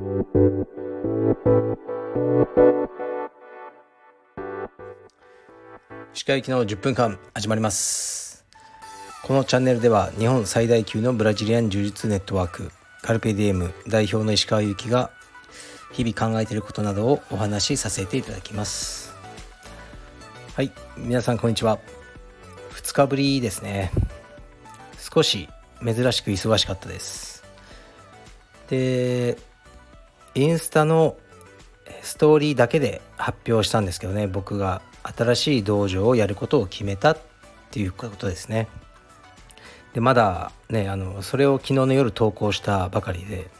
石川行きの10分間始まります。このチャンネルでは日本最大級のブラジリアン柔術ネットワークカルペディエム代表の石川行きが日々考えていることなどをお話しさせていただきます。はい、皆さんこんにちは。2日ぶりですね。少し珍しく忙しかったです。で、インスタのストーリーだけで発表したんですけどね、僕が新しい道場をやることを決めたっていうことですね。でまだねそれを昨日の夜投稿したばかりで、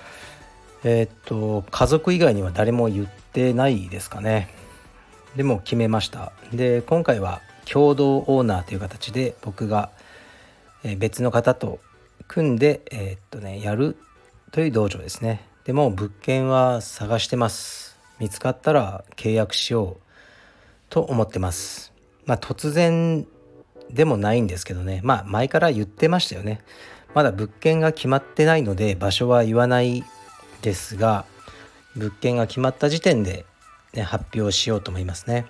家族以外には誰も言ってないですかね。でも決めました。で今回は共同オーナーという形で僕が別の方と組んでやるという道場ですね。でも物件は探してます。見つかったら契約しようと思ってます。突然でもないんですけどね、前から言ってましたよね。まだ物件が決まってないので場所は言わないですが、物件が決まった時点で、発表しようと思いますね。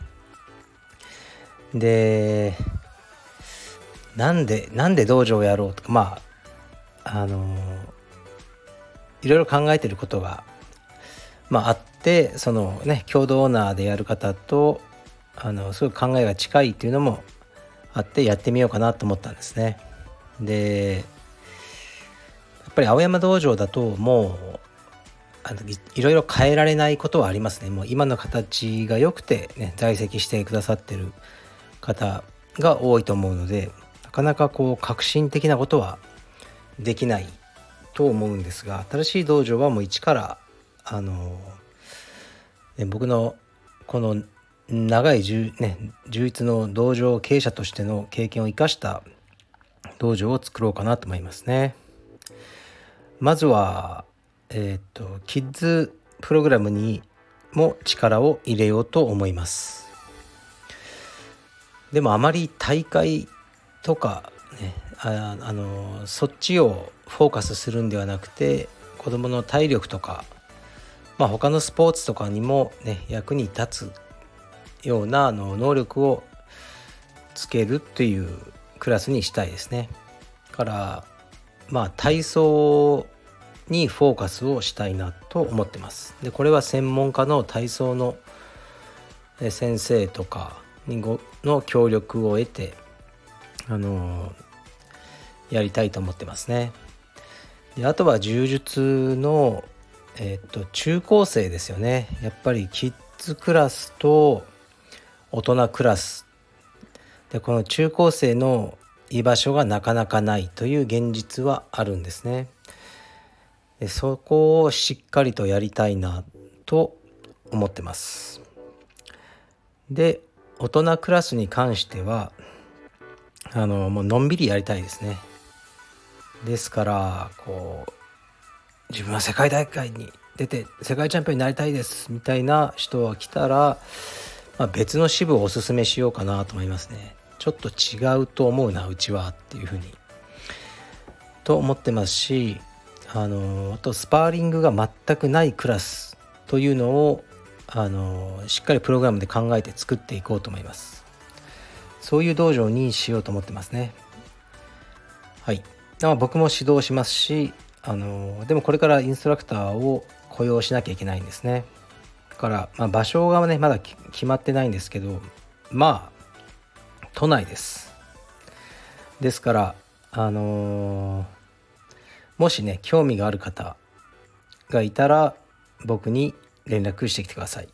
でなんで道場をやろうとかいろいろ考えてることがあって、共同オーナーでやる方とすごい考えが近いっていうのもあってやってみようかなと思ったんですね。でやっぱり青山道場だともういろいろ変えられないことはありますね。もう今の形が良くて、在籍してくださってる方が多いと思うので、なかなか革新的なことはできないと思うんですが、新しい道場はもう一から僕のこの長い充実の道場経営者としての経験を生かした道場を作ろうかなと思いますね。まずはキッズプログラムにも力を入れようと思います。でもあまり大会とかね、そっちをフォーカスするんではなくて、子どもの体力とか、他のスポーツとかにも役に立つような能力をつけるっていうクラスにしたいですね。から体操にフォーカスをしたいなと思ってます。でこれは専門家の体操の先生とかの協力を得てやりたいと思ってますね。であとは柔術の中高生ですよね。やっぱりキッズクラスと大人クラスで、この中高生の居場所がなかなかないという現実はあるんですね。でそこをしっかりとやりたいなと思ってます。で大人クラスに関してはもうのんびりやりたいですね。ですから自分は世界大会に出て世界チャンピオンになりたいですみたいな人が来たら、別の支部をおすすめしようかなと思いますね。ちょっと違うと思うなうちはっていうふうにと思ってますし、あとスパーリングが全くないクラスというのをしっかりプログラムで考えて作っていこうと思います。そういう道場にしようと思ってますね。はい。僕も指導しますし、でもこれからインストラクターを雇用しなきゃいけないんですね。だから、場所がねまだ決まってないんですけど、都内です。ですからもしね興味がある方がいたら僕に連絡してきてください。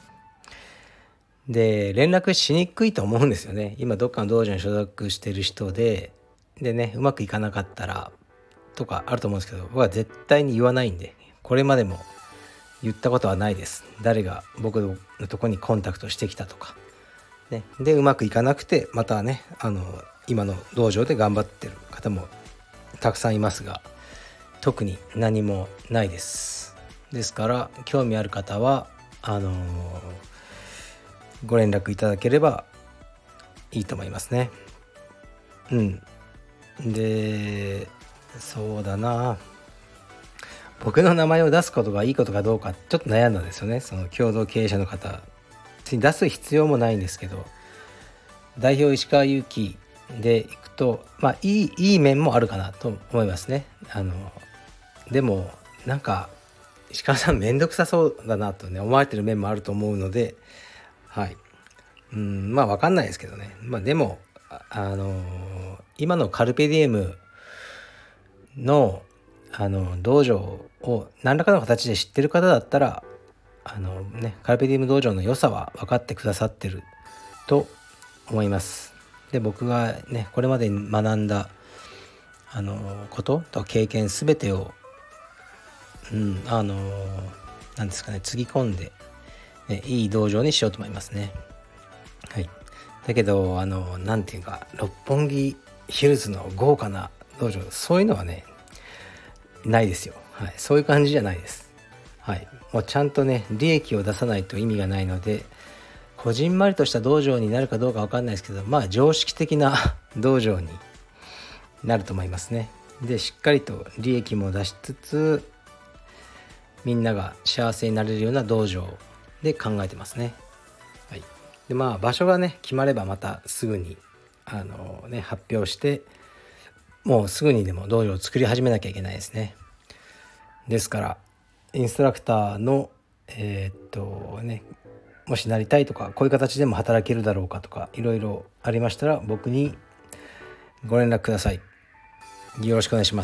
で連絡しにくいと思うんですよね。今どっかの道場に所属してる人でうまくいかなかったらとかあると思うんですけど、僕は絶対に言わないんで、これまでも言ったことはないです。誰が僕のとこにコンタクトしてきたとかでうまくいかなくてまた今の道場で頑張ってる方もたくさんいますが、特に何もないです。ですから興味ある方はご連絡いただければいいと思いますね。でそうだな、 僕の名前を出すことがいいことかどうかちょっと悩んだんですよね。その共同経営者の方、別に出す必要もないんですけど、代表石川祐希でいくといい面もあるかなと思いますね。でもなんか石川さんめんどくさそうだなとね思われてる面もあると思うので、分かんないですけどね。でも今のカルペディエムの道場を何らかの形で知ってる方だったらカルペディエム道場の良さは分かってくださってると思います。で、僕がねこれまでに学んだことと経験すべてをなんですかね、つぎ込んで、いい道場にしようと思いますね。だけどなんていうか六本木ヒルズの豪華な道場、そういうのはねないですよ。そういう感じじゃないです。もうちゃんとね利益を出さないと意味がないので、こじんまりとした道場になるかどうか分かんないですけど、常識的な道場になると思いますね。で、しっかりと利益も出しつつみんなが幸せになれるような道場で考えてますね。で場所がね決まればまたすぐに発表して、もうすぐにでも道場を作り始めなきゃいけないですね。ですからインストラクターのもしなりたいとか、こういう形でも働けるだろうかとか、いろいろありましたら僕にご連絡ください。よろしくお願いします。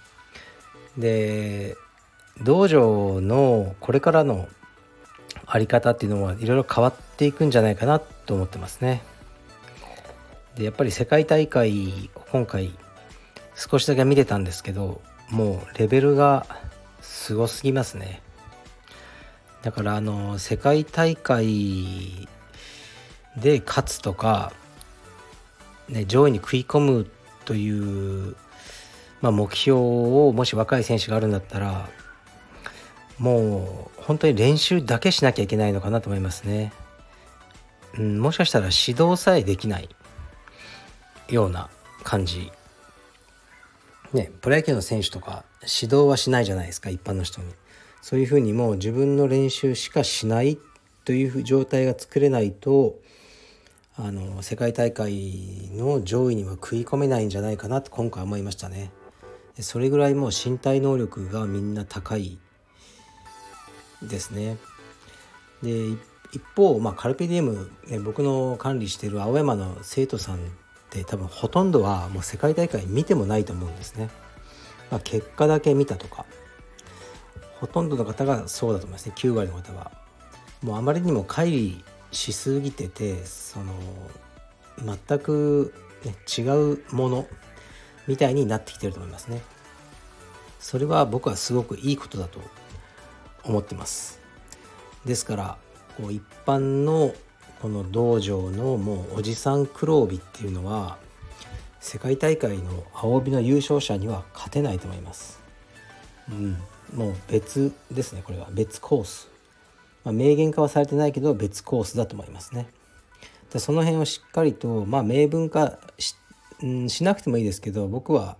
で、道場のこれからのあり方っていうのはいろいろ変わっていくんじゃないかなと思ってますね。で、やっぱり世界大会を今回少しだけ見てたんですけど、もうレベルがすごすぎますね。だから世界大会で勝つとか、上位に食い込むという目標をもし若い選手があるんだったら、もう本当に練習だけしなきゃいけないのかなと思いますね。もしかしたら指導さえできないような感じプロ野球の選手とか指導はしないじゃないですか、一般の人に。そういうふうにもう自分の練習しかしないという状態が作れないと、世界大会の上位には食い込めないんじゃないかなと今回思いましたね。それぐらいもう身体能力がみんな高いですね。で、一方、カルペディエム、僕の管理している青山の生徒さんって多分ほとんどはもう世界大会見てもないと思うんですね。結果だけ見たとか、ほとんどの方がそうだと思いますね。9割の方はもうあまりにも乖離しすぎてて、全く、違うものみたいになってきてると思いますね。それは僕はすごくいいことだと思ってます。ですから一般のこの道場のもうおじさん黒帯っていうのは世界大会の青帯の優勝者には勝てないと思います。もう別ですね。これは別コース、明言化はされてないけど別コースだと思いますね。で、その辺をしっかりと明文化 しなくてもいいですけど、僕は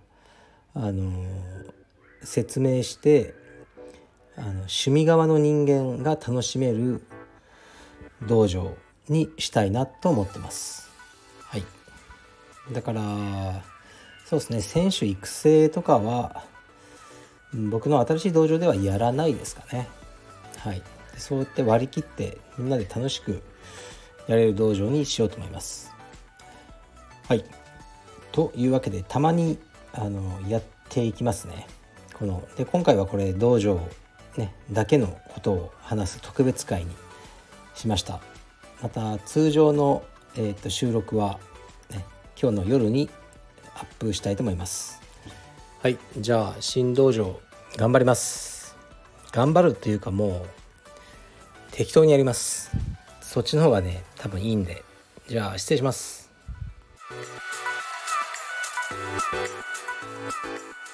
説明して趣味側の人間が楽しめる道場にしたいなと思ってます。だからそうですね、選手育成とかは僕の新しい道場ではやらないですかね。そうやって割り切ってみんなで楽しくやれる道場にしようと思います。というわけでたまにやっていきますね。で、今回はこれ道場だけのことを話す特別会にしました。また通常の、収録は、今日の夜にアップしたいと思います。じゃあ新道場頑張ります。頑張るというかもう適当にやります。そっちの方がね多分いいんで。じゃあ失礼します。